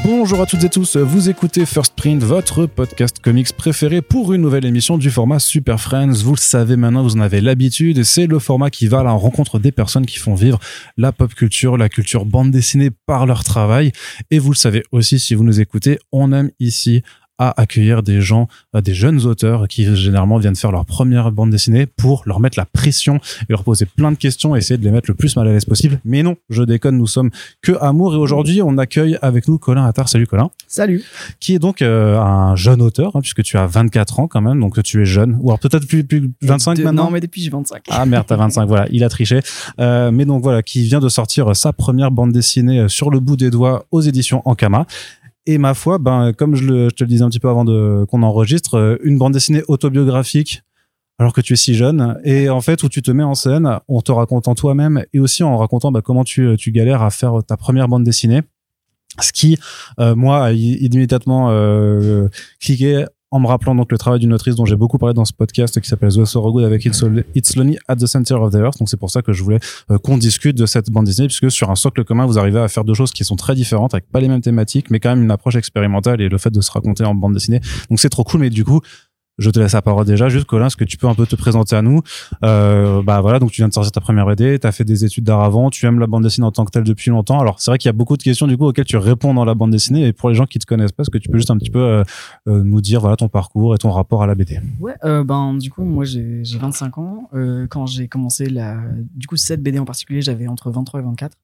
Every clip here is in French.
Bonjour à toutes et tous, vous écoutez First Print, votre podcast comics préféré pour une nouvelle émission du format Super Friends. Vous le savez maintenant, vous en avez l'habitude, c'est le format qui va à la rencontre des personnes qui font vivre la pop culture, la culture bande dessinée par leur travail. Et vous le savez aussi, si vous nous écoutez, on aime ici à accueillir des gens, des jeunes auteurs qui généralement viennent faire leur première bande dessinée pour leur mettre la pression et leur poser plein de questions et essayer de les mettre le plus mal à l'aise possible. Mais non, je déconne, nous sommes que amour et aujourd'hui on accueille avec nous Colin Attard. Salut Colin. Salut. Qui est donc un jeune auteur, puisque tu as 24 ans quand même, donc tu es jeune. Ou alors peut-être plus 25 maintenant. Non, mais depuis j'ai 25. Ah merde, t'as 25, voilà, il a triché. Mais donc voilà, qui vient de sortir sa première bande dessinée sur le bout des doigts aux éditions Ankama. Et ma foi, comme je te le disais un petit peu avant qu'on enregistre, une bande dessinée autobiographique, alors que tu es si jeune, et en fait où tu te mets en scène, en te racontant toi-même et aussi en racontant comment tu galères à faire ta première bande dessinée. Ce qui, moi, a immédiatement cliqué en me rappelant donc le travail d'une autrice dont j'ai beaucoup parlé dans ce podcast qui s'appelle Zoe Sorogood avec It's Lonely at the Center of the Earth. Donc c'est pour ça que je voulais qu'on discute de cette bande dessinée, puisque sur un socle commun vous arrivez à faire deux choses qui sont très différentes avec pas les mêmes thématiques mais quand même une approche expérimentale et le fait de se raconter en bande dessinée. Donc c'est trop cool. Mais du coup je te laisse la parole déjà. Juste Colin, est-ce que tu peux un peu te présenter à nous? Voilà, donc tu viens de sortir ta première BD, tu as fait des études d'art avant, tu aimes la bande dessinée en tant que telle depuis longtemps. Alors c'est vrai qu'il y a beaucoup de questions du coup auxquelles tu réponds dans la bande dessinée, et pour les gens qui te connaissent pas, est-ce que tu peux juste un petit peu nous dire voilà ton parcours et ton rapport à la BD? Ouais, du coup moi j'ai 25 ans. Quand j'ai commencé cette BD en particulier, j'avais entre 23 et 24.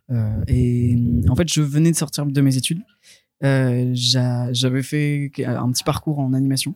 Et en fait je venais de sortir de mes études. J'avais fait un petit parcours en animation.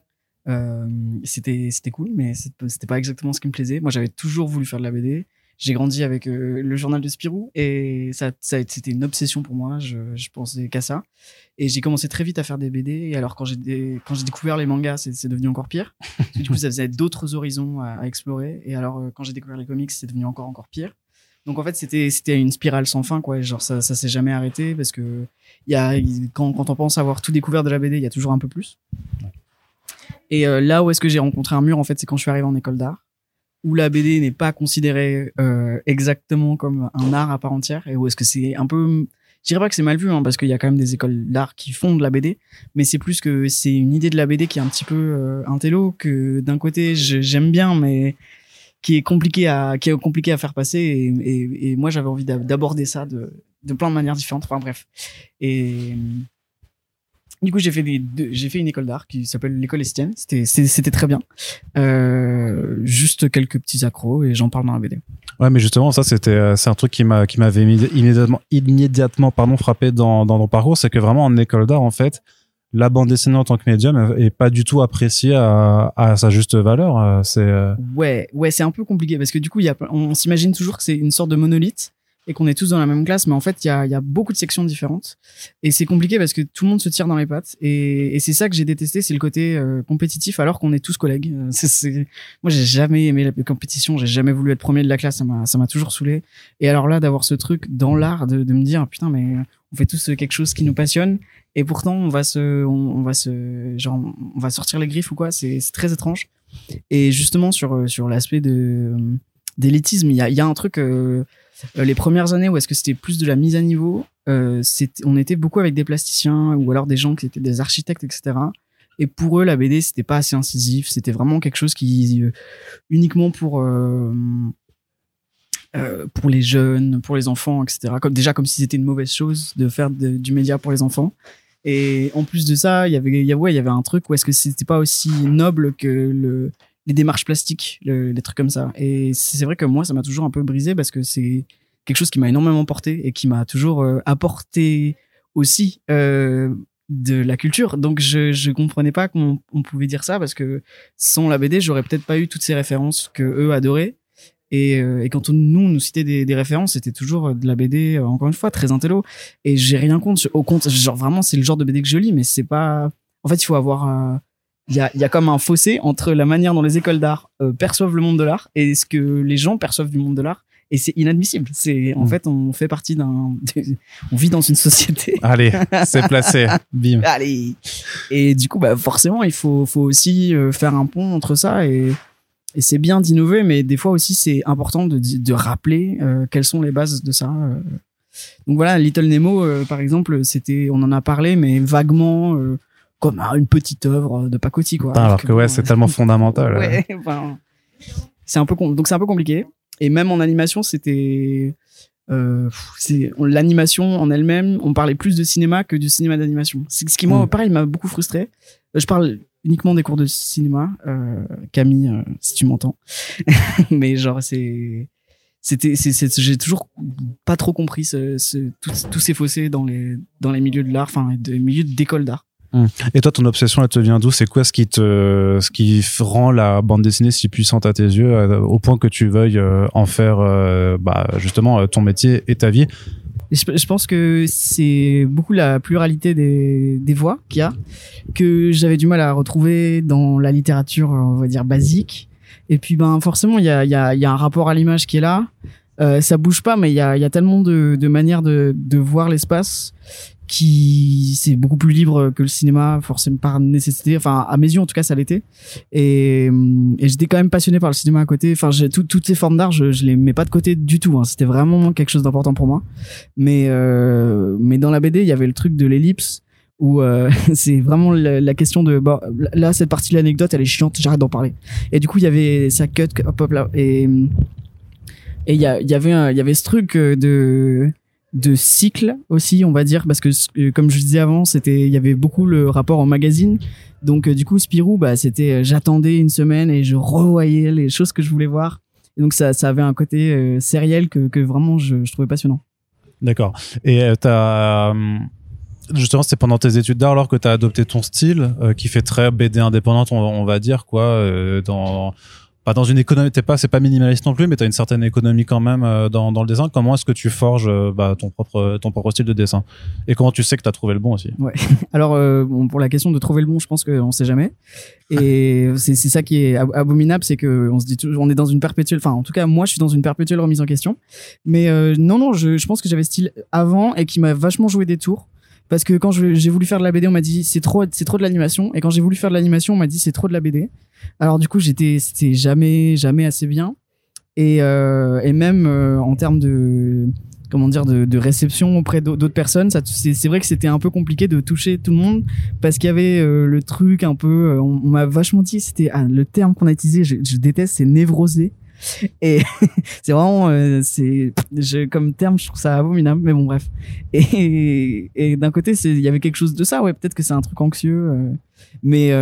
C'était cool, mais c'était pas exactement ce qui me plaisait. Moi j'avais toujours voulu faire de la BD. J'ai grandi avec le journal de Spirou et c'était une obsession pour moi. Je pensais qu'à ça et j'ai commencé très vite à faire des BD. Et alors quand j'ai découvert les mangas, c'est devenu encore pire. Du coup ça faisait d'autres horizons à explorer. Et alors quand j'ai découvert les comics, c'est devenu encore pire. Donc en fait c'était une spirale sans fin quoi. Genre ça s'est jamais arrêté parce que quand on pense avoir tout découvert de la BD, il y a toujours un peu plus. Et là où est-ce que j'ai rencontré un mur, en fait, c'est quand je suis arrivé en école d'art, où la BD n'est pas considérée exactement comme un art à part entière, et où est-ce que c'est un peu... Je dirais pas que c'est mal vu, parce qu'il y a quand même des écoles d'art qui font de la BD, mais c'est plus que c'est une idée de la BD qui est un petit peu intello, que d'un côté, j'aime bien, mais qui est compliqué à faire passer, et moi, j'avais envie d'aborder ça de plein de manières différentes. Enfin, bref. Et... Du coup, j'ai fait une école d'art qui s'appelle l'école Estienne. C'était très bien. Juste quelques petits accros et j'en parle dans la BD. Ouais, mais justement, ça, c'est un truc qui m'avait immédiatement frappé dans ton parcours. C'est que vraiment, en école d'art, en fait, la bande dessinée en tant que médium est pas du tout appréciée à sa juste valeur. Ouais, c'est un peu compliqué parce que du coup, on s'imagine toujours que c'est une sorte de monolithe et qu'on est tous dans la même classe, mais en fait il y a beaucoup de sections différentes et c'est compliqué parce que tout le monde se tire dans les pattes et c'est ça que j'ai détesté, c'est le côté compétitif alors qu'on est tous collègues. Moi j'ai jamais aimé la compétition, j'ai jamais voulu être premier de la classe, ça m'a toujours saoulé. Et alors là d'avoir ce truc dans l'art de me dire putain mais on fait tous quelque chose qui nous passionne et pourtant on va sortir les griffes ou quoi, c'est très étrange. Et justement sur l'aspect d'élitisme, il y a un truc les premières années où est-ce que c'était plus de la mise à niveau, on était beaucoup avec des plasticiens ou alors des gens qui étaient des architectes, etc. Et pour eux, la BD, c'était pas assez incisif, c'était vraiment quelque chose qui uniquement pour les jeunes, pour les enfants, etc. Comme si c'était une mauvaise chose de faire du média pour les enfants. Et en plus de ça, il y avait un truc où est-ce que c'était pas aussi noble que les démarches plastiques, les trucs comme ça. Et c'est vrai que moi, ça m'a toujours un peu brisé parce que c'est quelque chose qui m'a énormément porté et qui m'a toujours apporté aussi de la culture. Donc, je comprenais pas qu'on pouvait dire ça parce que sans la BD, j'aurais peut-être pas eu toutes ces références que eux adoraient. Et quand nous citait des références, c'était toujours de la BD, encore une fois, très intello. Et j'ai rien contre. Au contraire, genre vraiment, c'est le genre de BD que je lis, mais c'est pas... En fait, il faut avoir... Il y a comme un fossé entre la manière dont les écoles d'art perçoivent le monde de l'art et ce que les gens perçoivent du monde de l'art. Et c'est inadmissible. En fait, on fait partie on vit dans une société. Allez, c'est placé. Bim. Allez. Et du coup, forcément, il faut aussi faire un pont entre ça et c'est bien d'innover, mais des fois aussi, c'est important de rappeler quelles sont les bases de ça. Donc voilà, Little Nemo, par exemple, on en a parlé, mais vaguement, comme une petite œuvre de pacotille, quoi. Alors que ouais, c'est tellement fondamental. Ouais, enfin, c'est un peu compliqué. Et même en animation, c'était l'animation en elle-même, on parlait plus de cinéma que du cinéma d'animation. C'est ce qui moi pareil m'a beaucoup frustré. Je parle uniquement des cours de cinéma, Camille, si tu m'entends. Mais genre j'ai toujours pas trop compris tous ces fossés dans les milieux de l'art, enfin des milieux d'école d'art. Et toi, ton obsession, elle te vient d'où? C'est quoi ce qui rend la bande dessinée si puissante à tes yeux, au point que tu veuilles en faire justement ton métier et ta vie? Je pense que c'est beaucoup la pluralité des voix qu'il y a, que j'avais du mal à retrouver dans la littérature, on va dire, basique. Et puis forcément, il y a un rapport à l'image qui est là. Ça bouge pas, mais il y a tellement de manières de voir l'espace qui c'est beaucoup plus libre que le cinéma, forcément par nécessité. Enfin, à mes yeux, en tout cas, ça l'était. Et j'étais quand même passionné par le cinéma à côté. Enfin, toutes ces formes d'art, je les mets pas de côté du tout. Hein. C'était vraiment quelque chose d'important pour moi. Mais dans la BD, il y avait le truc de l'ellipse où c'est vraiment la question de là, cette partie de l'anecdote, elle est chiante, j'arrête d'en parler. Et du coup, il y avait ça cut, hop là, et il y avait ce truc de cycle aussi, on va dire, parce que comme je disais avant, il y avait beaucoup le rapport au magazine. Donc du coup, Spirou, c'était j'attendais une semaine et je revoyais les choses que je voulais voir. Et donc ça avait un côté sériel que vraiment je trouvais passionnant. D'accord. Et justement, c'est pendant tes études d'art alors que tu as adopté ton style qui fait très BD indépendante, on va dire, quoi, pas dans une économie, c'est pas minimaliste non plus, mais tu as une certaine économie quand même dans le dessin. Comment est-ce que tu forges ton propre style de dessin? Et comment tu sais que tu as trouvé le bon aussi? Ouais. Alors, pour la question de trouver le bon, je pense qu'on sait jamais. Et c'est ça qui est abominable, c'est que on se dit toujours, on est dans une perpétuelle, enfin, en tout cas, moi, je suis dans une perpétuelle remise en question. Mais non, je pense que j'avais style avant et qui m'a vachement joué des tours. Parce que quand j'ai voulu faire de la BD, on m'a dit c'est trop de l'animation. Et quand j'ai voulu faire de l'animation, on m'a dit c'est trop de la BD. Alors du coup, c'était jamais assez bien. Et même en termes de réception auprès d'autres personnes, c'est vrai que c'était un peu compliqué de toucher tout le monde parce qu'il y avait le truc un peu. On m'a vachement dit, c'était le terme qu'on a utilisé, je déteste, c'est névrosé. Et c'est vraiment comme terme, je trouve ça abominable, mais bon, bref. Et d'un côté, il y avait quelque chose de ça, ouais, peut-être que c'est un truc anxieux, mais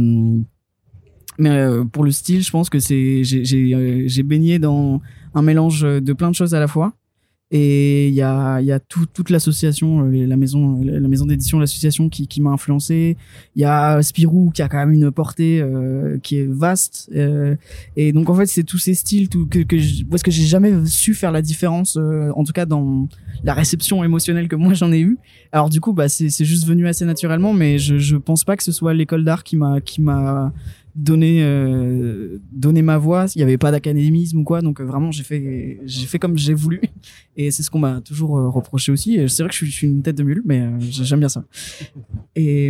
pour le style, je pense que j'ai baigné dans un mélange de plein de choses à la fois. Et il y a toute l'association, la maison d'édition, l'association qui m'a influencé. Il y a Spirou qui a quand même une portée qui est vaste. Et donc en fait c'est tous ces styles parce que j'ai jamais su faire la différence, en tout cas dans la réception émotionnelle que moi j'en ai eu. Alors du coup c'est juste venu assez naturellement, mais je pense pas que ce soit l'école d'art qui m'a donné ma voix. Il y avait pas d'académisme ou quoi, donc vraiment j'ai fait comme j'ai voulu, et c'est ce qu'on m'a toujours reproché aussi. Et c'est vrai que je suis une tête de mule, mais j'aime bien ça. Et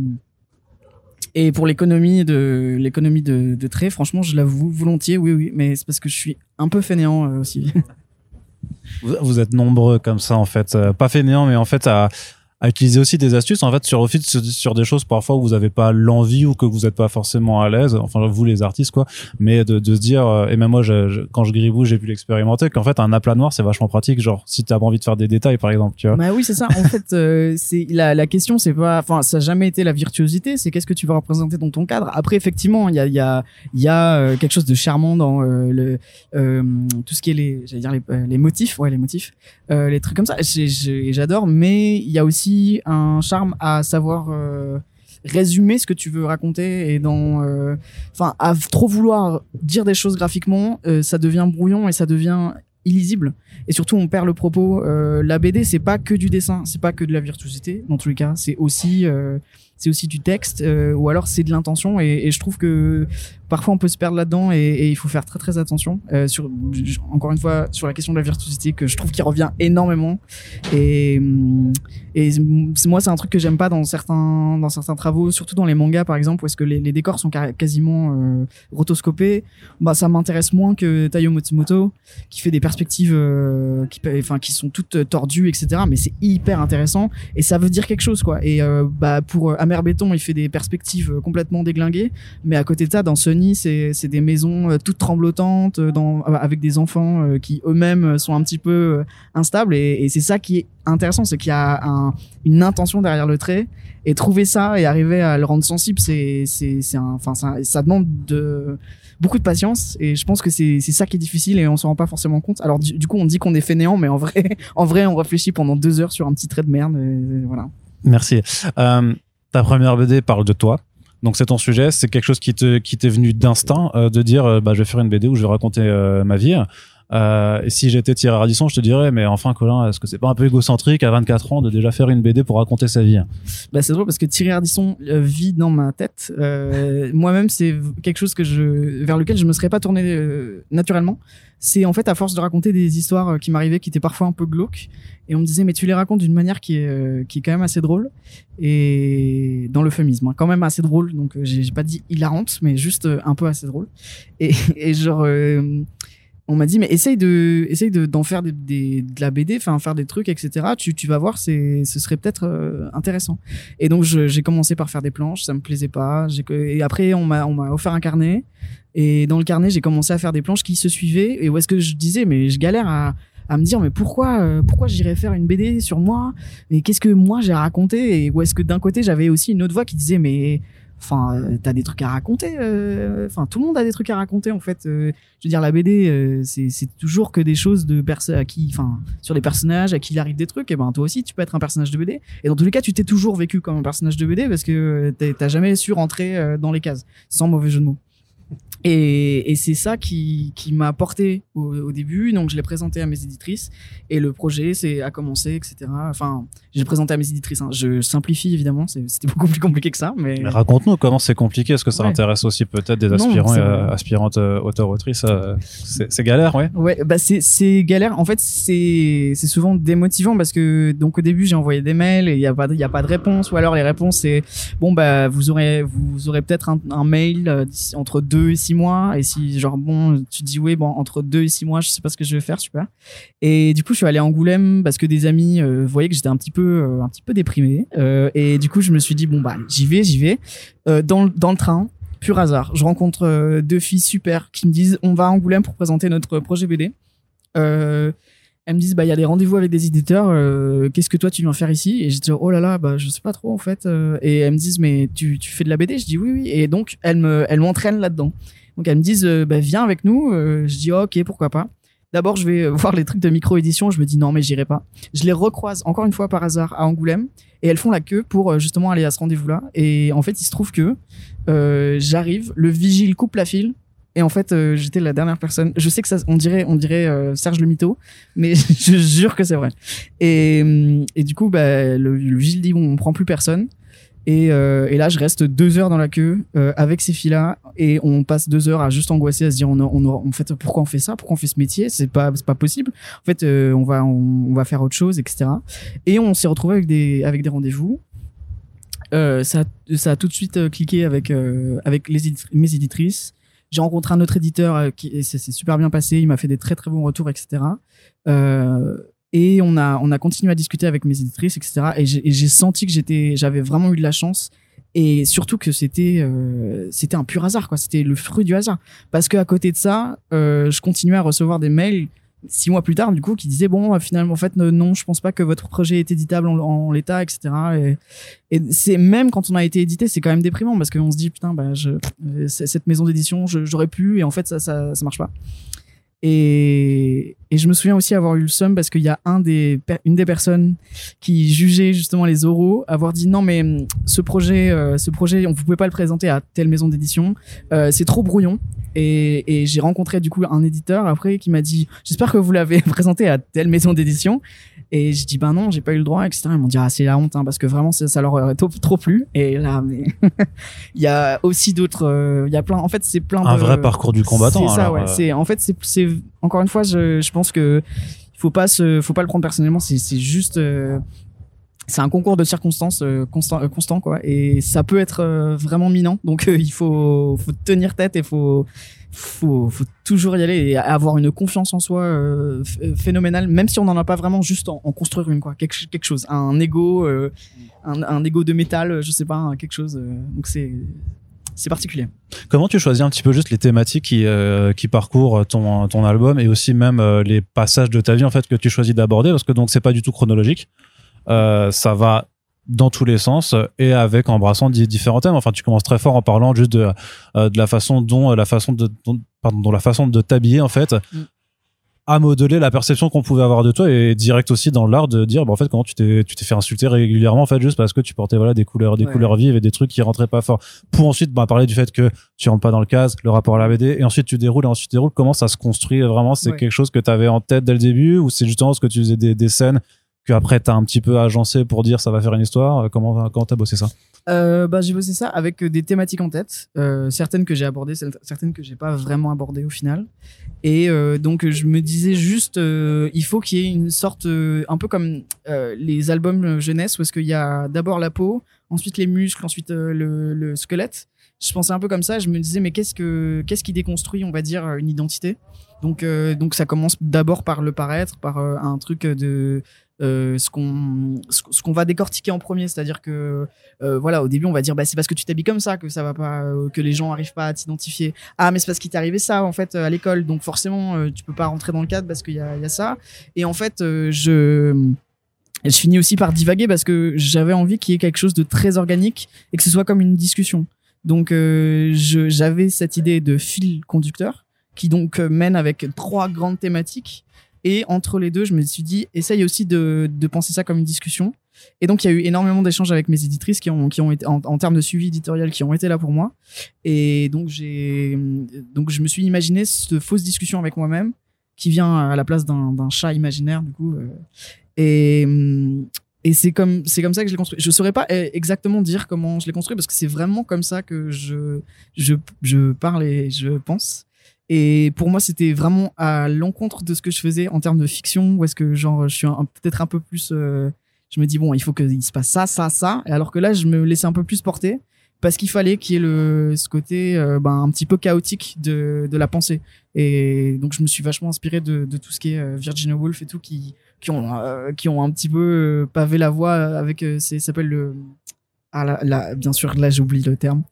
pour l'économie de traits, franchement, je l'avoue volontiers, oui, mais c'est parce que je suis un peu fainéant aussi. Vous êtes nombreux comme ça, en fait, pas fainéant, mais en fait à utiliser aussi des astuces en fait sur des choses parfois où vous avez pas l'envie ou que vous êtes pas forcément à l'aise, enfin vous les artistes quoi, mais de se dire, et même moi quand je gribouille j'ai pu l'expérimenter, qu'en fait un aplat noir c'est vachement pratique, genre si t'as pas envie de faire des détails par exemple, tu vois. Bah oui, c'est ça, en fait. C'est la question, c'est pas, enfin ça a jamais été la virtuosité, c'est qu'est-ce que tu veux représenter dans ton cadre. Après effectivement il y a quelque chose de charmant dans tout ce qui est les motifs, les trucs comme ça, j'adore, mais il y a aussi un charme à savoir résumer ce que tu veux raconter, et à trop vouloir dire des choses graphiquement, ça devient brouillon et ça devient illisible, et surtout on perd le propos. La BD c'est pas que du dessin, c'est pas que de la virtuosité, dans tous les cas c'est aussi du texte, ou alors c'est de l'intention, et je trouve que parfois on peut se perdre là-dedans, et il faut faire très très attention encore une fois sur la question de la virtuosité, que je trouve qu'il revient énormément, et moi c'est un truc que j'aime pas dans certains travaux, surtout dans les mangas par exemple, où est-ce que les décors sont quasiment rotoscopés. Ça m'intéresse moins que Taiyo Matsumoto qui fait des personnages perspectives qui sont toutes tordues, etc. Mais c'est hyper intéressant et ça veut dire quelque chose, quoi. Et pour Amer Béton, il fait des perspectives complètement déglinguées, mais à côté de ça, dans Sunny, c'est des maisons toutes tremblotantes, avec des enfants qui eux-mêmes sont un petit peu instables, et c'est ça qui est intéressant, c'est qu'il y a une intention derrière le trait, et trouver ça et arriver à le rendre sensible, ça demande beaucoup de patience, et je pense que c'est ça qui est difficile et on s'en rend pas forcément compte. Alors du coup on dit qu'on est fainéant, mais en vrai on réfléchit pendant 2 heures sur un petit trait de merde, et voilà. Merci. Ta première BD parle de toi, donc c'est ton sujet, c'est quelque chose qui t'est venu d'instinct, de dire je vais faire une BD où je vais raconter ma vie. Et si j'étais Thierry Ardisson, je te dirais, mais enfin Colin, est-ce que c'est pas un peu égocentrique à 24 ans de déjà faire une BD pour raconter sa vie? C'est drôle parce que Thierry Ardisson vit dans ma tête. Moi-même, c'est quelque chose vers lequel je me serais pas tourné naturellement. C'est en fait à force de raconter des histoires qui m'arrivaient, qui étaient parfois un peu glauques, et on me disait mais tu les racontes d'une manière qui est quand même assez drôle, et dans l'euphémisme, quand même assez drôle. Donc j'ai pas dit hilarante, mais juste un peu assez drôle. Et genre on m'a dit mais essaye d'en faire de la BD, enfin faire des trucs, etc. Tu vas voir, ce serait peut-être intéressant. Et donc j'ai commencé par faire des planches, ça me plaisait pas. Et après on m'a offert un carnet, et dans le carnet j'ai commencé à faire des planches qui se suivaient, et où est-ce que je disais mais je galère à me dire mais pourquoi j'irais faire une BD sur moi, mais qu'est-ce que moi j'ai à raconter, et où est-ce que d'un côté j'avais aussi une autre voix qui disait mais t'as des trucs à raconter, tout le monde a des trucs à raconter en fait. Je veux dire, la BD, c'est toujours que des choses sur des personnages à qui il arrive des trucs, et ben toi aussi tu peux être un personnage de BD, et dans tous les cas tu t'es toujours vécu comme un personnage de BD parce que t'as jamais su rentrer dans les cases, sans mauvais jeu de mots. Et c'est ça qui m'a porté au début. Donc je l'ai présenté à mes éditrices, et le projet a commencé, etc. Enfin, j'ai présenté à mes éditrices, hein. Je simplifie évidemment, c'était beaucoup plus compliqué que ça, mais raconte-nous comment c'est compliqué. Est-ce que ça intéresse aussi peut-être des aspirants et aspirantes auteurs-autrices? C'est galère, ouais. Ouais, c'est galère. En fait, c'est souvent démotivant parce que donc au début j'ai envoyé des mails et il y a pas de réponse, ou alors les réponses c'est vous aurez peut-être un mail entre 2 et 6 mois, et si tu dis entre 2 et 6 mois je sais pas ce que je vais faire, super. Et du coup je suis allé à Angoulême parce que des amis voyaient que j'étais un petit peu déprimé, et du coup je me suis dit j'y vais. Dans le train, pur hasard, je rencontre 2 filles super qui me disent on va à Angoulême pour présenter notre projet BD. Elles me disent il y a des rendez-vous avec des éditeurs, qu'est-ce que toi tu viens faire ici? Et je dis oh là là, je sais pas trop en fait. Et elles me disent mais tu fais de la BD? Je dis oui. Et donc elles m'entraînent là-dedans. Donc elles me disent viens avec nous. Je dis ok, pourquoi pas. D'abord je vais voir les trucs de micro-édition, je me dis non mais j'irai pas. Je les recroise encore une fois par hasard à Angoulême, et elles font la queue pour justement aller à ce rendez-vous-là. Et en fait il se trouve que j'arrive, le vigile coupe la file, et en fait j'étais la dernière personne. Je sais que ça on dirait Serge le mytho, mais je jure que c'est vrai. Et du coup le vigile dit on prend plus personne. Et là je reste 2 heures dans la queue avec ces filles-là, et on passe 2 heures à juste angoisser, à se dire en fait pourquoi on fait ça, pourquoi on fait ce métier, c'est pas possible en fait, on va faire autre chose, etc. Et on s'est retrouvé avec des rendez-vous. Ça a tout de suite cliqué avec mes éditrices. J'ai rencontré un autre éditeur et ça s'est super bien passé, il m'a fait des très très bons retours, etc. Et on a continué à discuter avec mes éditrices, etc. Et j'ai senti que j'avais vraiment eu de la chance, et surtout que c'était un pur hasard, quoi. C'était le fruit du hasard. Parce qu'à côté de ça, je continuais à recevoir des mails 6 mois plus tard, du coup, qui disaient finalement, en fait, non, je pense pas que votre projet est éditable en l'état, etc. Et c'est, même quand on a été édité, c'est quand même déprimant parce qu'on se dit putain, cette maison d'édition, j'aurais pu, et en fait, ça marche pas. Et je me souviens aussi avoir eu le seum parce qu'il y a une des personnes qui jugeait justement les oraux, avoir dit non mais ce projet vous pouvez pas le présenter à telle maison d'édition, c'est trop brouillon. Et j'ai rencontré du coup un éditeur après qui m'a dit j'espère que vous l'avez présenté à telle maison d'édition. Et je dis non, j'ai pas eu le droit, etc. Ils m'ont dit c'est la honte, hein, parce que vraiment ça leur aurait trop plu. Et là, mais il y a aussi d'autres, il y a plein. En fait, c'est plein. Un vrai parcours du combattant. C'est ça, ouais. C'est en fait, c'est encore une fois, je pense que faut pas le prendre personnellement. C'est juste c'est un concours de circonstances constant quoi, et ça peut être vraiment minant, donc il faut tenir tête et faut toujours y aller et avoir une confiance en soi phénoménale, même si on n'en a pas vraiment, juste en construire une quoi, quelque chose, un ego un ego de métal, je sais pas, quelque chose, donc c'est particulier. Comment tu choisis un petit peu juste les thématiques qui parcourent ton album, et aussi même les passages de ta vie en fait que tu choisis d'aborder, parce que donc c'est pas du tout chronologique. Ça va dans tous les sens et embrassant différents thèmes. Enfin, tu commences très fort en parlant juste de la façon dont la façon de t'habiller en fait a modelé la perception qu'on pouvait avoir de toi, et direct aussi dans l'art de dire en fait comment tu t'es fait insulter régulièrement en fait juste parce que tu portais des couleurs vives et des trucs qui rentraient pas fort, pour ensuite parler du fait que tu rentres pas dans le cadre, le rapport à la BD, et ensuite tu déroules comment ça se construit vraiment. C'est quelque chose que tu avais en tête dès le début, ou c'est justement parce que tu faisais des scènes que après t'as un petit peu agencé pour dire ça va faire une histoire? Comment t'as bossé ça? J'ai bossé ça avec des thématiques en tête, certaines que j'ai abordées, certaines que j'ai pas vraiment abordées au final, et donc je me disais juste il faut qu'il y ait une sorte un peu comme les albums jeunesse, où est-ce qu'il y a d'abord la peau, ensuite les muscles, ensuite le squelette. Je pensais un peu comme ça, je me disais mais qu'est-ce qui déconstruit, on va dire, une identité. Donc ça commence d'abord par le paraître, par un truc de ce qu'on va décortiquer en premier, c'est-à-dire que au début on va dire c'est parce que tu t'habilles comme ça que ça va pas, que les gens arrivent pas à t'identifier. Ah mais c'est parce qu'il t'est arrivé ça en fait à l'école, donc forcément tu peux pas rentrer dans le cadre parce qu'il y a ça. Et en fait je finis aussi par divaguer parce que j'avais envie qu'il y ait quelque chose de très organique et que ce soit comme une discussion. Donc j'avais cette idée de fil conducteur qui donc mène avec 3 grandes thématiques. Et entre les deux, je me suis dit, essaye aussi de penser ça comme une discussion. Et donc, il y a eu énormément d'échanges avec mes éditrices qui ont été, en termes de suivi éditorial, qui ont été là pour moi. Et donc, je me suis imaginé cette fausse discussion avec moi-même, qui vient à la place d'un chat imaginaire, du coup. Et c'est comme ça que je l'ai construit. Je saurais pas exactement dire comment je l'ai construit, parce que c'est vraiment comme ça que je parle et je pense. Et pour moi, c'était vraiment à l'encontre de ce que je faisais en termes de fiction, où est-ce que je suis peut-être un peu plus... je me dis, bon, il faut qu'il se passe ça. Et alors que là, je me laissais un peu plus porter, parce qu'il fallait qu'il y ait ce côté un petit peu chaotique de la pensée. Et donc, je me suis vachement inspiré de tout ce qui est Virginia Woolf et tout, qui ont un petit peu pavé la voie avec... ça s'appelle le... bien sûr, là, j'oublie le terme.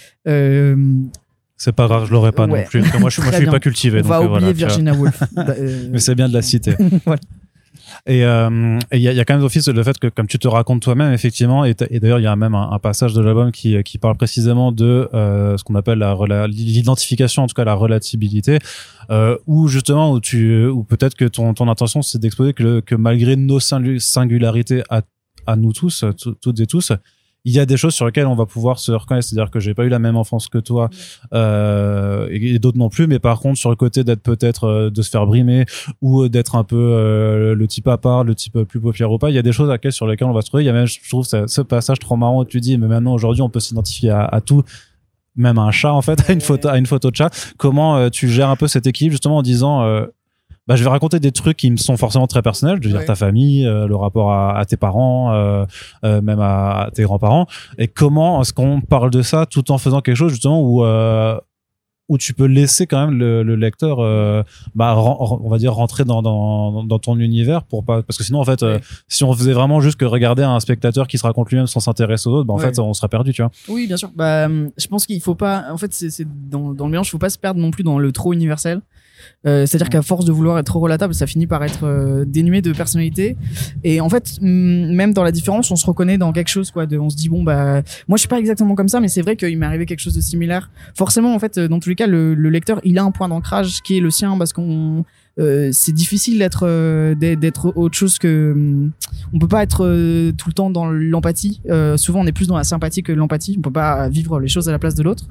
C'est pas grave, je l'aurais pas non plus. Moi, je suis pas cultivé. On va oublier Virginia Woolf. Mais c'est bien de la citer. Voilà. Et il y a quand même d'office le fait que, comme tu te racontes toi-même, effectivement, et d'ailleurs, il y a même un passage de l'album qui parle précisément de ce qu'on appelle l'identification, en tout cas la relatabilité, où justement, où peut-être que ton intention, c'est d'exposer que malgré nos singularités à nous tous, toutes et tous, il y a des choses sur lesquelles on va pouvoir se reconnaître. C'est-à-dire que j'ai pas eu la même enfance que toi, et d'autres non plus, mais par contre, sur le côté d'être peut-être, de se faire brimer, ou d'être un peu le type à part, le type plus paupière ou pas, il y a des choses sur lesquelles on va se trouver. Il y a même, je trouve, ce passage trop marrant où tu dis, mais maintenant, aujourd'hui, on peut s'identifier à tout, même à un chat, en fait, à une photo de chat. Comment tu gères un peu cette équilibre, justement, en disant... je vais raconter des trucs qui me sont forcément très personnels. Je veux dire, ta famille, le rapport à tes parents, même à tes grands-parents. Et comment est-ce qu'on parle de ça tout en faisant quelque chose, justement, où tu peux laisser quand même le lecteur, on va dire, rentrer dans ton univers, parce que sinon, en fait, si on faisait vraiment juste que regarder un spectateur qui se raconte lui-même sans s'intéresser aux autres, en fait, on serait perdu, tu vois. Oui, bien sûr. Je pense qu'il faut pas, en fait, c'est dans le mélange, il faut pas se perdre non plus dans le trop universel. C'est-à-dire qu'à force de vouloir être trop relatable, ça finit par être dénué de personnalité. Et en fait, même dans la différence, on se reconnaît dans quelque chose, quoi. On se dit, bon, moi, je suis pas exactement comme ça, mais c'est vrai qu'il m'est arrivé quelque chose de similaire. Forcément, en fait, dans tous les cas, le lecteur, il a un point d'ancrage qui est le sien, parce qu'on c'est difficile d'être autre chose que... on peut pas être tout le temps dans l'empathie. Souvent, on est plus dans la sympathie que l'empathie. On peut pas vivre les choses à la place de l'autre.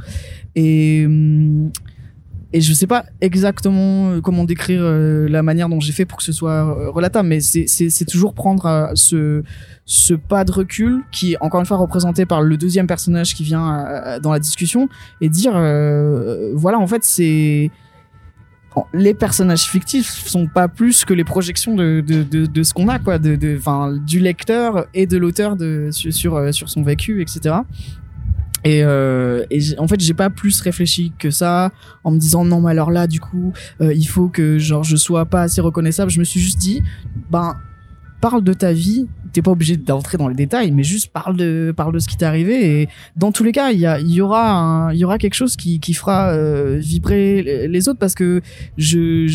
Et je sais pas exactement comment décrire la manière dont j'ai fait pour que ce soit relatable, mais c'est toujours prendre ce pas de recul qui est encore une fois représenté par le deuxième personnage qui vient dans la discussion, et dire voilà, en fait, c'est les personnages fictifs sont pas plus que les projections de ce qu'on a, quoi, du lecteur et de l'auteur sur son vécu, etc. Et en fait, j'ai pas plus réfléchi que ça en me disant non, mais alors là, du coup, il faut que genre je sois pas assez reconnaissable. Je me suis juste dit, parle de ta vie. T'es pas obligé d'entrer dans les détails, mais juste parle de ce qui t'est arrivé. Et dans tous les cas, il y aura quelque chose qui fera vibrer les autres, parce que je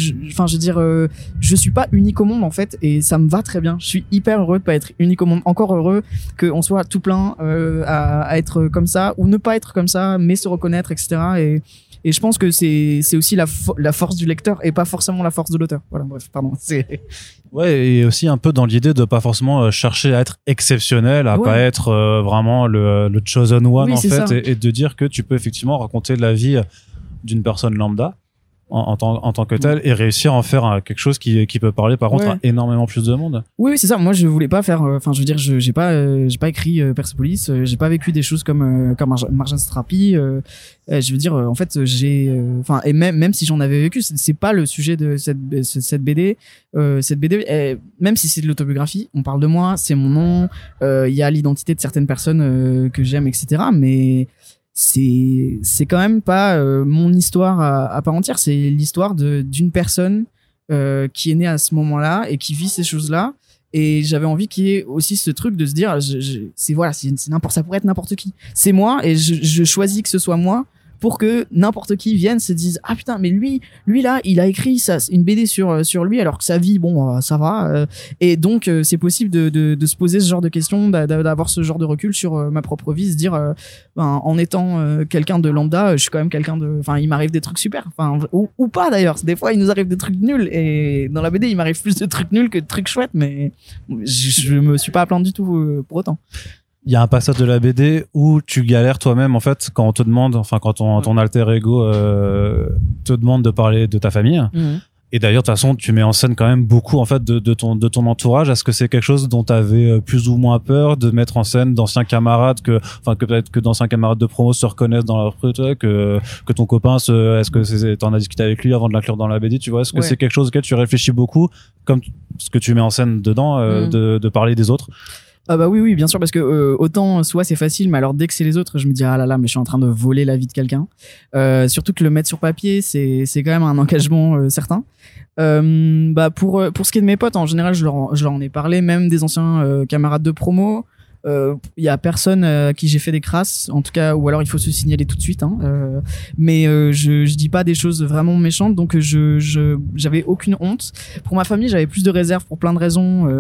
suis pas unique au monde en fait, et ça me va très bien. Je suis hyper heureux de pas être unique au monde. Encore heureux qu'on soit tout plein à être comme ça ou ne pas être comme ça, mais se reconnaître, etc. Et je pense que c'est aussi la force du lecteur et pas forcément la force de l'auteur. Voilà, bref, pardon. Ouais, et aussi un peu dans l'idée de pas forcément chercher à être exceptionnel, à pas être vraiment le chosen one, en fait, et de dire que tu peux effectivement raconter la vie d'une personne lambda en tant que telle, et réussir à en faire quelque chose qui peut parler par contre à énormément plus de monde. Oui, c'est ça. Moi, je voulais pas faire, je veux dire, j'ai pas écrit Persepolis, j'ai pas vécu des choses comme Marjane Satrapi, je veux dire, en fait, et même si j'en avais vécu, c'est pas le sujet de cette BD. Cette BD, même si c'est de l'autobiographie, on parle de moi, c'est mon nom, il y a l'identité de certaines personnes que j'aime, etc. Mais c'est quand même pas mon histoire à part entière. C'est l'histoire d'une personne qui est née à ce moment-là et qui vit ces choses-là. Et j'avais envie qu'il y ait aussi ce truc de se dire, c'est n'importe, ça pourrait être n'importe qui. C'est moi, et je choisis que ce soit moi, pour que n'importe qui vienne se dise, ah putain, mais lui là, il a écrit une BD sur lui, alors que sa vie, ça va, et donc c'est possible de se poser ce genre de questions, d'avoir ce genre de recul sur ma propre vie, se dire, en étant quelqu'un de lambda, je suis quand même quelqu'un il m'arrive des trucs super, ou pas d'ailleurs. Des fois, il nous arrive des trucs nuls, et dans la BD, il m'arrive plus de trucs nuls que de trucs chouettes, mais je me suis pas à plaindre du tout pour autant. Il y a un passage de la BD où tu galères toi-même, en fait, quand on te demande, quand ton alter ego te demande de parler de ta famille. Mmh. Et d'ailleurs, de toute façon, tu mets en scène quand même beaucoup, en fait, de ton entourage. Est-ce que c'est quelque chose dont tu avais plus ou moins peur de mettre en scène d'anciens camarades que peut-être que d'anciens camarades de promo se reconnaissent dans leur truc, que ton copain est-ce que t'en as discuté avec lui avant de l'inclure dans la BD, tu vois? Est-ce que c'est quelque chose auquel tu réfléchis beaucoup, comme ce que tu mets en scène dedans, de parler des autres? Ah bah oui, bien sûr, parce que autant soit c'est facile, mais alors dès que c'est les autres, je me dis ah là là, mais je suis en train de voler la vie de quelqu'un. Surtout que le mettre sur papier, c'est quand même un engagement certain. Pour ce qui est de mes potes, en général, je leur en ai parlé, même des anciens camarades de promo. Il y a personne à qui j'ai fait des crasses, en tout cas, ou alors il faut se signaler tout de suite, mais je dis pas des choses vraiment méchantes, donc j'avais aucune honte. Pour ma famille, j'avais plus de réserve pour plein de raisons,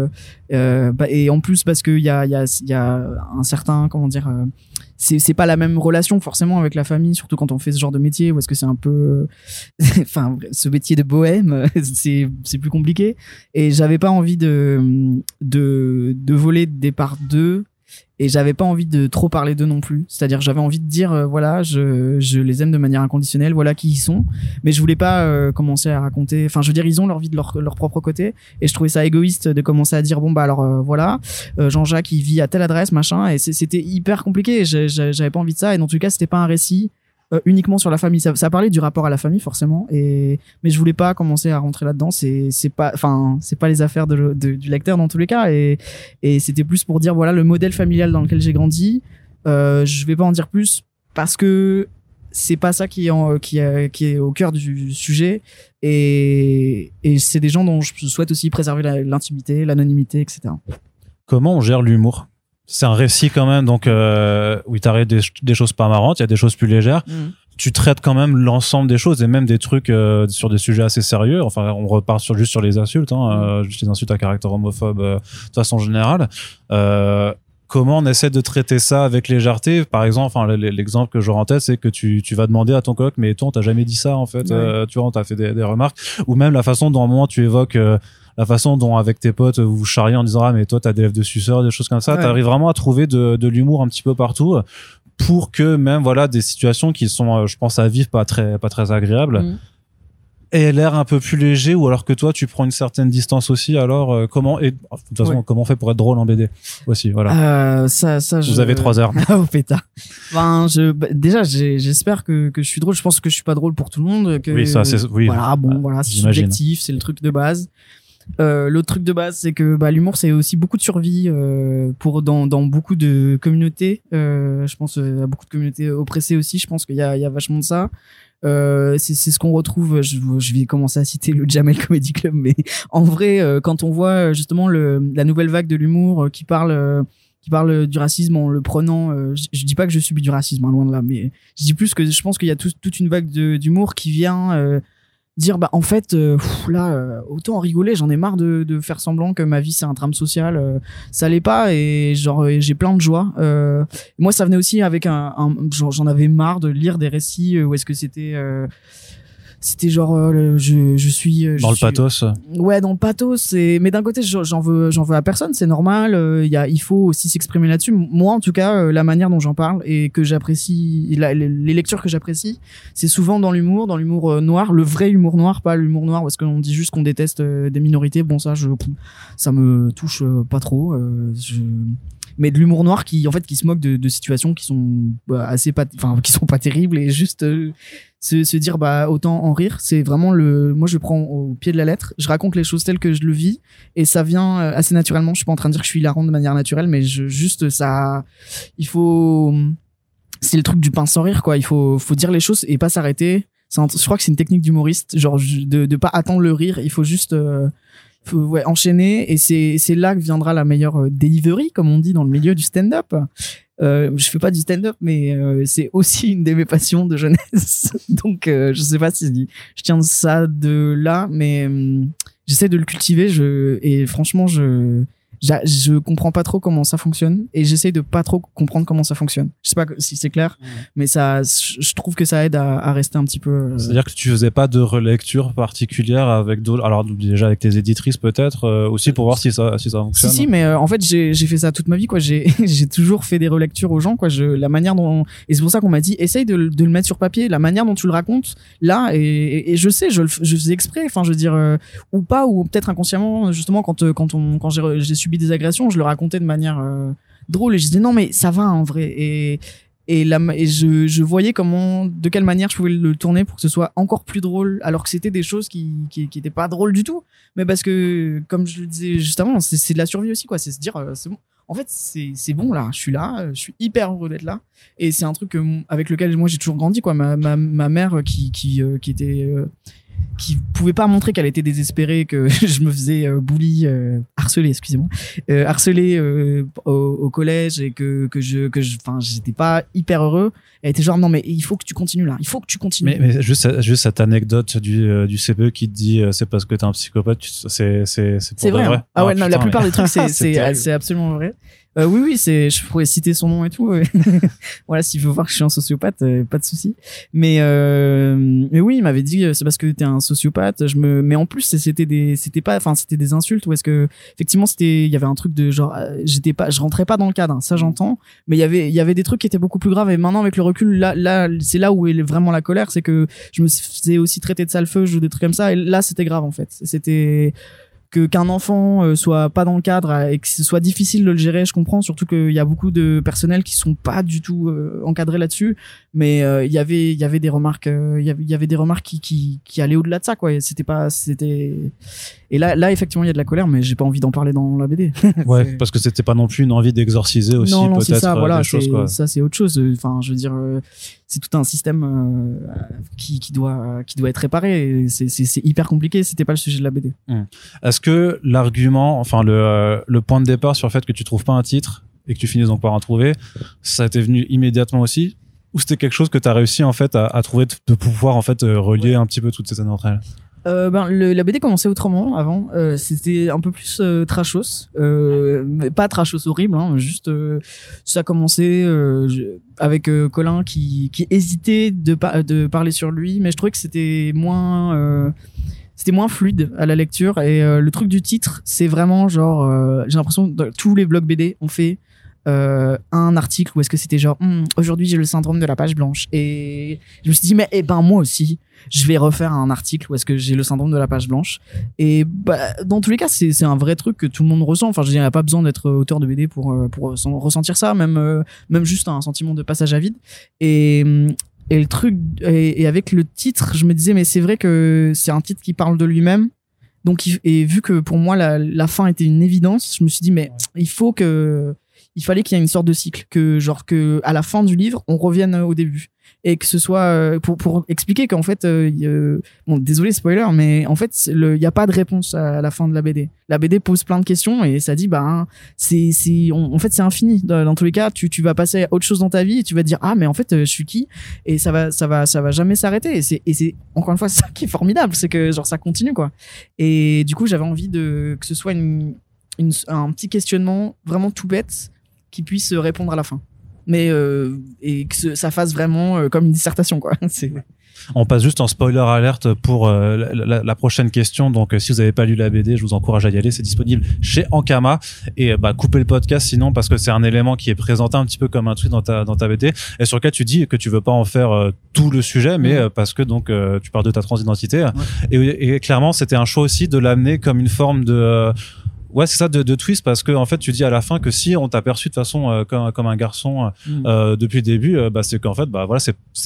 et en plus parce que il y a un certain, comment dire, c'est pas la même relation forcément avec la famille, surtout quand on fait ce genre de métier, ou est-ce que c'est un peu ce métier de bohème, c'est plus compliqué, et j'avais pas envie de voler des parts d'eux, et j'avais pas envie de trop parler d'eux non plus. C'est-à-dire, j'avais envie de dire voilà, je les aime de manière inconditionnelle, voilà qui ils sont, mais je voulais pas commencer à raconter, je veux dire, ils ont leur vie de leur propre côté, et je trouvais ça égoïste de commencer à dire voilà, Jean-Jacques il vit à telle adresse, machin, et c'était hyper compliqué, et j'avais pas envie de ça, et dans tout cas c'était pas un récit uniquement sur la famille. Ça parlait du rapport à la famille forcément, mais je voulais pas commencer à rentrer là-dedans. C'est pas les affaires du lecteur dans tous les cas, et c'était plus pour dire voilà le modèle familial dans lequel j'ai grandi. Je vais pas en dire plus parce que c'est pas ça qui est au cœur du sujet, et c'est des gens dont je souhaite aussi préserver l'intimité, l'anonymité, etc. Comment on gère l'humour? C'est un récit quand même, donc où il t'arrive des choses pas marrantes, il y a des choses plus légères. Tu traites quand même l'ensemble des choses, et même des trucs sur des sujets assez sérieux. Enfin, on repart juste sur les insultes, juste les insultes à caractère homophobe de façon générale. Comment on essaie de traiter ça avec légèreté? Par exemple, l'exemple que j'aurais en tête, c'est que tu vas demander à ton coloc, mais toi, on t'a jamais dit ça, en fait. Tu vois, on t'a fait des remarques. Ou même la façon dont, à un moment, tu évoques la façon dont, avec tes potes, vous vous charriez en disant ah, mais toi, t'as des lèvres de suceur, des choses comme ça. T'arrives vraiment à trouver de l'humour un petit peu partout, pour que même, voilà, des situations qui sont, je pense, à vivre pas très agréables, ait l'air un peu plus léger, ou alors que toi tu prends une certaine distance aussi, alors comment, et de toute façon comment on fait pour être drôle en BD aussi, voilà. Vous avez 3 heures. Oh pétard. Déjà j'espère que je suis drôle. Je pense que je suis pas drôle pour tout le monde, que oui, ça c'est voilà, bon voilà, c'est subjectif, c'est le truc de base. L'autre truc de base, c'est que l'humour c'est aussi beaucoup de survie pour dans beaucoup de communautés. Je pense à beaucoup de communautés oppressées aussi. Je pense qu'il y a vachement de ça. C'est ce qu'on retrouve. Je vais commencer à citer le Jamel Comedy Club, mais en vrai, quand on voit justement la nouvelle vague de l'humour qui parle du racisme en le prenant, je dis pas que je subis du racisme, hein, loin de là, mais je dis plus que je pense qu'il y a toute une vague d'humour qui vient dire en fait autant en rigoler, j'en ai marre de faire semblant que ma vie c'est un drame social, ça l'est pas, et genre j'ai plein de joie. Moi ça venait aussi avec j'en avais marre de lire des récits où est-ce que c'était genre je suis dans le pathos. Ouais, dans le pathos. Mais d'un côté j'en veux à personne, c'est normal. Il faut aussi s'exprimer là-dessus. Moi en tout cas, la manière dont j'en parle et que j'apprécie, les lectures que j'apprécie, c'est souvent dans l'humour noir, le vrai humour noir, pas l'humour noir parce qu'on dit juste qu'on déteste des minorités. Bon ça me touche pas trop. Mais de l'humour noir qui se moque de situations qui sont qui sont pas terribles, et juste se dire autant en rire. C'est vraiment moi je le prends au pied de la lettre, je raconte les choses telles que je le vis, et ça vient assez naturellement. Je suis pas en train de dire que je suis hilarant de manière naturelle, mais il faut, c'est le truc du pain sans rire quoi. Il faut dire les choses et pas s'arrêter. Je crois que c'est une technique d'humoriste, genre de pas attendre le rire, il faut juste enchaîner, et c'est là que viendra la meilleure delivery, comme on dit dans le milieu du stand-up. Je fais pas du stand-up, mais c'est aussi une de mes passions de jeunesse. Donc je sais pas si je tiens ça de là, mais j'essaie de le cultiver. Et franchement je comprends pas trop comment ça fonctionne, et j'essaie de pas trop comprendre comment ça fonctionne. Je sais pas si c'est clair, mais je trouve que ça aide à rester un petit peu. C'est-à-dire que tu faisais pas de relecture particulière avec d'autres, alors déjà avec tes éditrices peut-être aussi, pour voir si ça fonctionne. Si, mais en fait j'ai fait ça toute ma vie quoi. J'ai toujours fait des relectures aux gens quoi. La manière dont, et c'est pour ça qu'on m'a dit essaye de le mettre sur papier, la manière dont tu le racontes là, et je sais, je faisais exprès, enfin je veux dire, ou pas, ou peut-être inconsciemment justement quand j'ai subi des agressions, je le racontais de manière drôle, et je disais non mais ça va en vrai, et je voyais de quelle manière je pouvais le tourner pour que ce soit encore plus drôle, alors que c'était des choses qui étaient pas drôles du tout, mais parce que comme je le disais juste avant, c'est de la survie aussi quoi. C'est se dire c'est bon, en fait c'est bon là, je suis hyper heureux d'être là, et c'est un truc avec lequel moi j'ai toujours grandi quoi. Ma mère qui était qui pouvait pas montrer qu'elle était désespérée, que je me faisais harceler au collège, et que j'étais pas hyper heureux. Elle était genre non mais il faut que tu continues là, il faut que tu continues. Mais juste cette anecdote du CPE qui te dit c'est parce que t'es un psychopathe, c'est vrai. Ah ouais, non, la plupart des trucs c'est absolument vrai. Oui, je pourrais citer son nom et tout. Voilà, s'il veut voir que je suis un sociopathe, pas de souci. Mais oui, il m'avait dit c'est parce que t'es un sociopathe. Mais en plus c'était des insultes, ou est-ce que effectivement il y avait un truc de genre je rentrais pas dans le cadre, hein, ça j'entends. Mais il y avait des trucs qui étaient beaucoup plus graves, et maintenant avec le recul, là c'est là où est vraiment la colère, c'est que je me faisais aussi traiter de salfeuge ou des trucs comme ça, et là c'était grave en fait. C'était qu'un enfant soit pas dans le cadre et que ce soit difficile de le gérer, je comprends, surtout qu'il y a beaucoup de personnel qui sont pas du tout encadrés là-dessus, mais il y avait des remarques qui allaient au-delà de ça quoi. Et là effectivement il y a de la colère, mais j'ai pas envie d'en parler dans la BD. Ouais, parce que c'était pas non plus une envie d'exorciser aussi, non, peut-être ça, voilà, des choses quoi. Ça c'est autre chose, enfin je veux dire c'est tout un système qui doit être réparé, et c'est hyper compliqué, c'était pas le sujet de la BD. Est-ce que l'argument, enfin le point de départ sur le fait que tu trouves pas un titre et que tu finisses donc par en trouver, ça t'est venu immédiatement aussi, ou c'était quelque chose que tu as réussi en fait à trouver, de pouvoir en fait relier un petit peu toutes ces années entre elles? La BD commençait autrement avant, c'était un peu plus trashos, mais pas trashos horrible, hein, juste ça commençait avec Colin qui hésitait de parler sur lui, mais je trouvais que c'était moins fluide à la lecture, et le truc du titre c'est vraiment genre j'ai l'impression que tous les blogs BD ont fait un article où est-ce que c'était genre aujourd'hui j'ai le syndrome de la page blanche, et je me suis dit mais moi aussi je vais refaire un article où est-ce que j'ai le syndrome de la page blanche. Et dans tous les cas c'est un vrai truc que tout le monde ressent. Enfin je dirais, il n'y a pas besoin d'être auteur de BD pour ressentir ça, même juste un sentiment de passage à vide. Et le truc, et avec le titre, je me disais, mais c'est vrai que c'est un titre qui parle de lui-même. Donc, et vu que pour moi, la fin était une évidence, je me suis dit, mais il fallait qu'il y ait une sorte de cycle, que à la fin du livre, on revienne au début. Et que ce soit, pour expliquer qu'en fait, bon, désolé spoiler, mais en fait, il n'y a pas de réponse à la fin de la BD. La BD pose plein de questions et ça dit, en fait, c'est infini. Dans tous les cas, tu vas passer à autre chose dans ta vie et tu vas te dire, ah, mais en fait, je suis qui? Et ça va jamais s'arrêter. Et c'est, encore une fois, ça qui est formidable, c'est que, ça continue, quoi. Et du coup, j'avais envie que ce soit un petit questionnement vraiment tout bête qui puisse répondre à la fin. Mais et que ça fasse vraiment comme une dissertation, quoi. On passe juste en spoiler alerte pour la prochaine question. Donc si vous n'avez pas lu la BD, je vous encourage à y aller, c'est disponible chez Ankama. Et coupez le podcast sinon, parce que c'est un élément qui est présenté un petit peu comme un tweet dans ta BD, et sur lequel tu dis que tu veux pas en faire tout le sujet, mais parce que donc tu parles de ta transidentité. Ouais. Et clairement c'était un choix aussi de l'amener comme une forme de ouais, c'est ça, de twist, parce que en fait tu dis à la fin que si on t'a perçu de toute façon comme un garçon depuis le début, c'est qu'en fait voilà,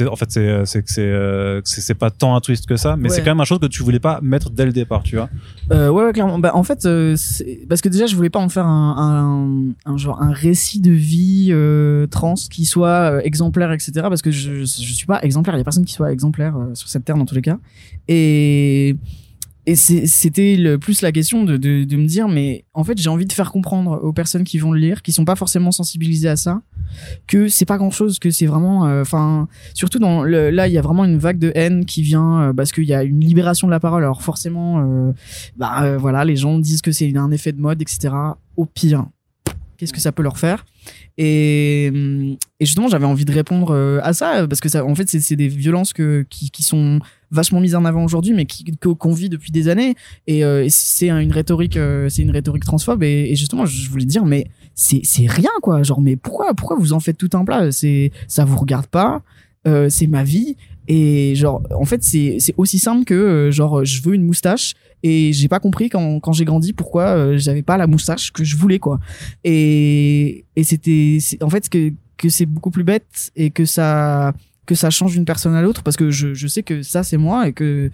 c'est pas tant un twist que ça, mais c'est quand même un chose que tu voulais pas mettre dès le départ, tu vois. Ouais, clairement. En fait, parce que déjà je voulais pas en faire un récit de vie trans qui soit exemplaire, etc. Parce que je suis pas exemplaire, il y a personne qui soit exemplaire sur cette terre dans tous les cas. Et c'était plus la question de me dire, mais en fait j'ai envie de faire comprendre aux personnes qui vont le lire, qui sont pas forcément sensibilisées à ça, que c'est pas grand chose, que c'est vraiment surtout là il y a vraiment une vague de haine qui vient parce qu'il y a une libération de la parole. Alors forcément voilà, les gens disent que c'est un effet de mode, etc. Au pire, qu'est-ce que ça peut leur faire? Et justement j'avais envie de répondre à ça, parce que ça, en fait c'est des violences qui sont vachement mises en avant aujourd'hui, mais qu'on vit depuis des années, et c'est une rhétorique transphobe, et justement je voulais dire, mais c'est rien, quoi, mais pourquoi vous en faites tout un plat? Ça vous regarde pas, c'est ma vie. Et en fait c'est aussi simple que je veux une moustache, et j'ai pas compris quand j'ai grandi pourquoi j'avais pas la moustache que je voulais, quoi. Et c'est en fait que c'est beaucoup plus bête, et que ça change d'une personne à l'autre, parce que je sais que ça c'est moi, et que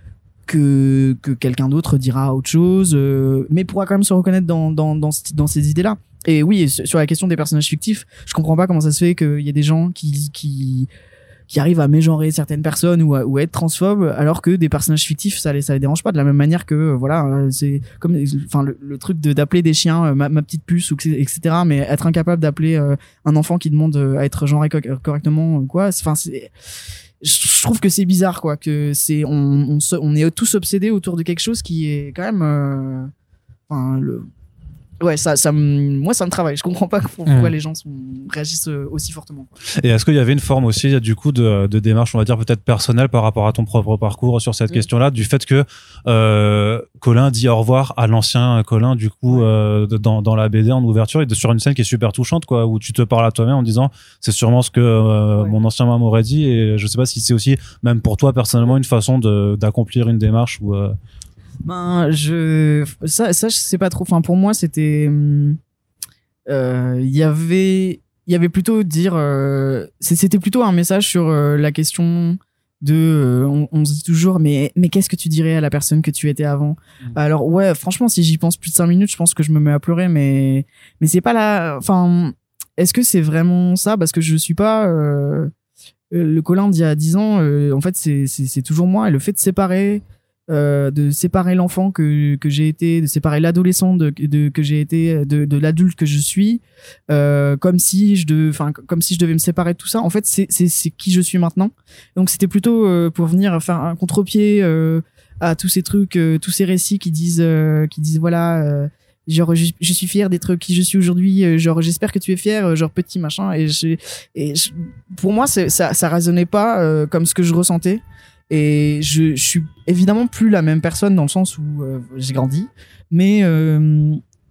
quelqu'un d'autre dira autre chose, mais pourra quand même se reconnaître dans ces idées-là. Et oui, sur la question des personnages fictifs, je comprends pas comment ça se fait qu'il y ait des gens qui arrivent à mégenrer certaines personnes ou à être transphobes, alors que des personnages fictifs ça les dérange pas, de la même manière que voilà, c'est comme le truc d'appeler des chiens ma petite puce, ou etc. Mais être incapable d'appeler un enfant qui demande à être genré correctement, quoi. Je trouve que c'est bizarre, quoi, que on est tous obsédés autour de quelque chose qui est quand même ouais, moi ça me travaille. Je comprends pas pourquoi les gens réagissent aussi fortement, quoi. Et est-ce qu'il y avait une forme aussi du coup de démarche, on va dire peut-être personnelle, par rapport à ton propre parcours sur cette question-là, du fait que Colin dit au revoir à l'ancien Colin, du coup dans la BD en ouverture, et sur une scène qui est super touchante, quoi, où tu te parles à toi-même en disant c'est sûrement ce que mon ancien maman m'aurait dit. Et je sais pas si c'est aussi, même pour toi personnellement, une façon d'accomplir une démarche ou ça je sais pas trop. Enfin, pour moi c'était il y avait plutôt c'était plutôt un message sur la question de on se dit toujours mais qu'est-ce que tu dirais à la personne que tu étais avant? Alors ouais, franchement, si j'y pense plus de 5 minutes, je pense que je me mets à pleurer, mais c'est pas là. Enfin, est-ce que c'est vraiment ça? Parce que je suis pas le Colin d'il y a 10 ans. En fait c'est toujours moi, et le fait de séparer l'enfant que j'ai été, de séparer l'adolescent que j'ai été de l'adulte que je suis, comme si je devais me séparer de tout ça. En fait c'est qui je suis maintenant. Donc c'était plutôt pour venir faire un contre-pied à tous ces trucs, tous ces récits qui disent voilà, genre je suis fier d'être qui je suis aujourd'hui, genre j'espère que tu es fier, genre petit machin, pour moi ça résonnait pas comme ce que je ressentais. Et je suis évidemment plus la même personne, dans le sens où j'ai grandi, mais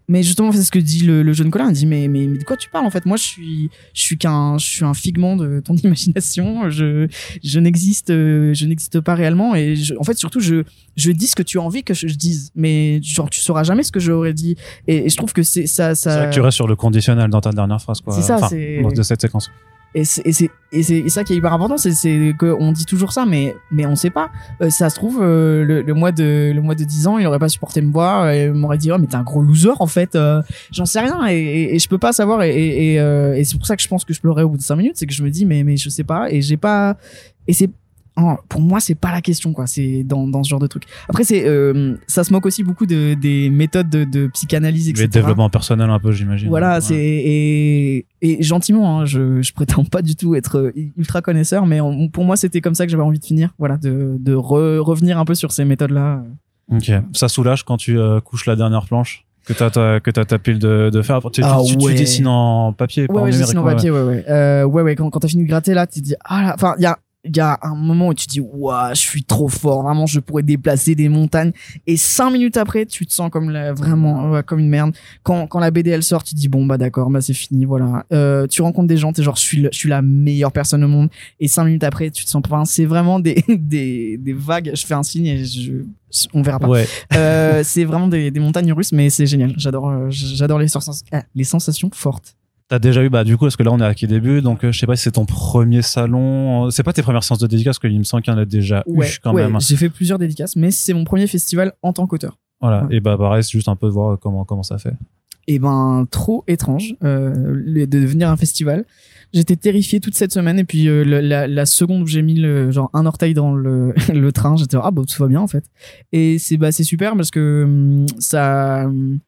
Mais justement, c'est ce que dit le jeune Colin. Il dit mais de quoi tu parles en fait? Moi, je suis un figment de ton imagination. Je n'existe pas réellement. Et en fait, surtout, je dis ce que tu as envie que je dise. Mais genre, tu sauras jamais ce que j'aurais dit. Et je trouve que c'est ça. C'est vrai que tu restes sur le conditionnel dans ta dernière phrase, quoi. C'est ça, de cette séquence. Et c'est ça qui est hyper important, c'est qu'on dit toujours ça, mais on sait pas. Ça se trouve, le mois de 10 ans, il aurait pas supporté me voir, et m'aurait dit, oh, mais t'es un gros loser, en fait, j'en sais rien, et je peux pas savoir, et c'est pour ça que je pense que je pleurais au bout de 5 minutes, c'est que je me dis, mais je sais pas, et j'ai pas, et c'est, pour moi, c'est pas la question, quoi. C'est dans ce genre de truc. Après, ça se moque aussi beaucoup des méthodes de psychanalyse, etc. Le développement personnel, un peu, j'imagine. Voilà, ouais. Et gentiment, hein, je prétends pas du tout être ultra connaisseur, mais pour moi, c'était comme ça que j'avais envie de finir. Voilà, de revenir un peu sur ces méthodes-là. Ok. Ça soulage quand tu couches la dernière planche que t'as ta pile de fer. Tu dessines en papier, pas en numérique. Je dessine en papier, ouais. Quand t'as fini de gratter, là, tu te dis, enfin, il y a un moment où tu te dis, ouah, je suis trop fort, vraiment, je pourrais déplacer des montagnes. Et 5 minutes après, tu te sens vraiment, comme une merde. Quand la BD, elle sort, tu te dis, bon, bah, d'accord, bah, c'est fini, voilà. Tu rencontres des gens, t'es genre, je suis la meilleure personne au monde. Et 5 minutes après, tu te sens pas, c'est vraiment des vagues. Je fais un signe et on verra pas. Ouais. C'est vraiment des montagnes russes, mais c'est génial. J'adore les sensations fortes. T'as déjà eu, du coup, parce que là, on est à qui début, donc je sais pas si c'est ton premier salon, c'est pas tes premières séances de dédicace, parce qu'il me semble qu'il y en a déjà eu quand même. J'ai fait plusieurs dédicaces, mais c'est mon premier festival en tant qu'auteur. Voilà, ouais. Et pareil, c'est juste un peu de voir comment ça fait. Et trop étrange de venir à un festival. J'étais terrifié toute cette semaine, et puis la seconde où j'ai mis un orteil dans le train, j'étais tout va bien en fait. Et c'est super parce que ça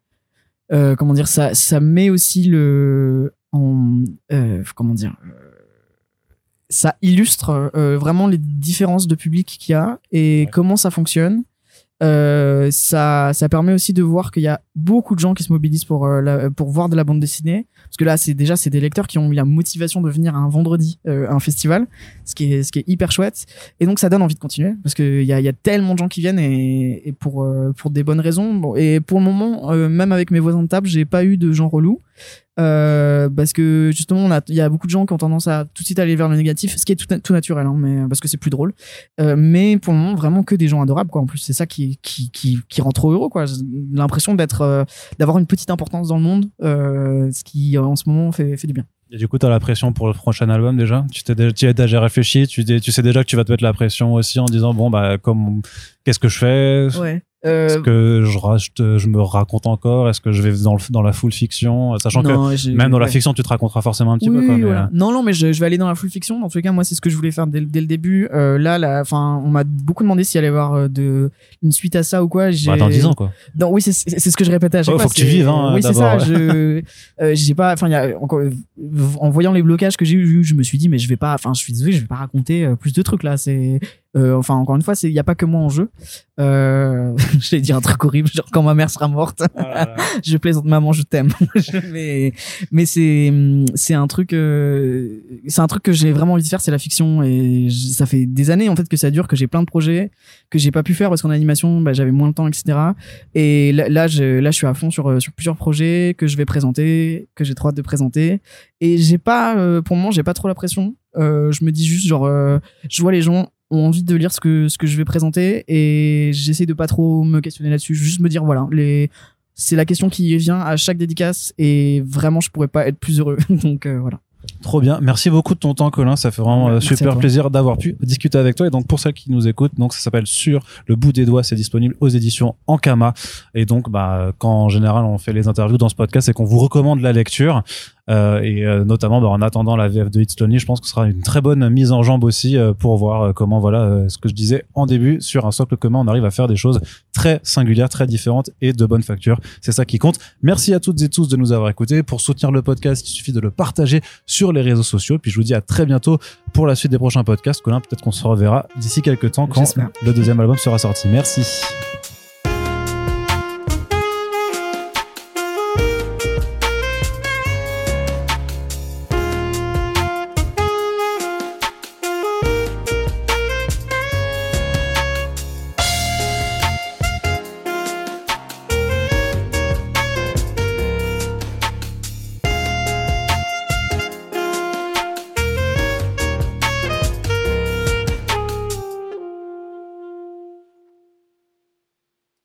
ça met aussi ça illustre vraiment les différences de public qu'il y a et comment ça fonctionne. Ça permet aussi de voir qu'il y a beaucoup de gens qui se mobilisent pour voir de la bande dessinée, parce que là c'est des lecteurs qui ont eu la motivation de venir un vendredi à un festival, ce qui est hyper chouette, et donc ça donne envie de continuer parce que il y a tellement de gens qui viennent et pour des bonnes raisons. Bon, et pour le moment, même avec mes voisins de table, j'ai pas eu de gens relous. Parce que justement il y a beaucoup de gens qui ont tendance à tout de suite aller vers le négatif, ce qui est tout naturel, hein, mais parce que c'est plus drôle, mais pour le moment vraiment que des gens adorables, quoi. En plus c'est ça qui rend trop heureux, quoi. J'ai l'impression d'avoir une petite importance dans le monde, ce qui en ce moment fait du bien. Et du coup, t'as la pression pour le prochain album déjà? Tu as déjà réfléchi? Tu sais déjà que tu vas te mettre la pression aussi en disant qu'est-ce que je fais? Ouais. Est-ce que je me raconte encore? Est-ce que je vais dans la full fiction? Sachant que même dans la fiction, tu te raconteras forcément un petit peu. Quoi, voilà. Non, mais je vais aller dans la full fiction. Dans tous les cas, moi, c'est ce que je voulais faire dès le début. On m'a beaucoup demandé s'il allait y avoir une suite à ça ou quoi. Dans 10 ans, quoi. Oui, c'est ce que je répétais à chaque fois. Faut que tu vives, hein. Oui, d'abord. C'est ça. J'ai pas, en voyant les blocages que j'ai eu, je me suis dit, mais je suis désolé, je vais pas raconter plus de trucs là. Encore une fois, il y a pas que moi en jeu. Je vais dire un truc horrible, genre quand ma mère sera morte. Je plaisante, maman, je t'aime. mais c'est un truc que j'ai vraiment envie de faire, c'est la fiction, et ça fait des années en fait que ça dure, que j'ai plein de projets que j'ai pas pu faire parce qu'en animation j'avais moins de temps, etc. Et là je suis à fond sur plusieurs projets que je vais présenter, que j'ai trop hâte de présenter, et j'ai pas pour le moment j'ai pas trop la pression. Je me dis juste je vois les gens ont envie de lire ce que je vais présenter, et j'essaie de pas trop me questionner là-dessus, juste me dire voilà, c'est la question qui vient à chaque dédicace, et vraiment je pourrais pas être plus heureux. Donc voilà. Trop bien, merci beaucoup de ton temps, Colin, ça fait vraiment super plaisir d'avoir pu discuter avec toi. Et donc pour ceux qui nous écoutent, donc ça s'appelle Sur le bout des doigts, c'est disponible aux éditions Ankama. Et donc quand en général on fait les interviews dans ce podcast, c'est qu'on vous recommande la lecture, et notamment en attendant la VF de It's Lonely, je pense que ce sera une très bonne mise en jambe aussi pour voir comment ce que je disais en début, sur un socle commun on arrive à faire des choses très singulières, très différentes et de bonne facture. C'est ça qui compte. Merci à toutes et tous de nous avoir écoutés. Pour soutenir le podcast, il suffit de le partager sur les réseaux sociaux. Puis je vous dis à très bientôt pour la suite des prochains podcasts. Colin, peut-être qu'on se reverra d'ici quelques temps quand le deuxième album sera sorti. Merci.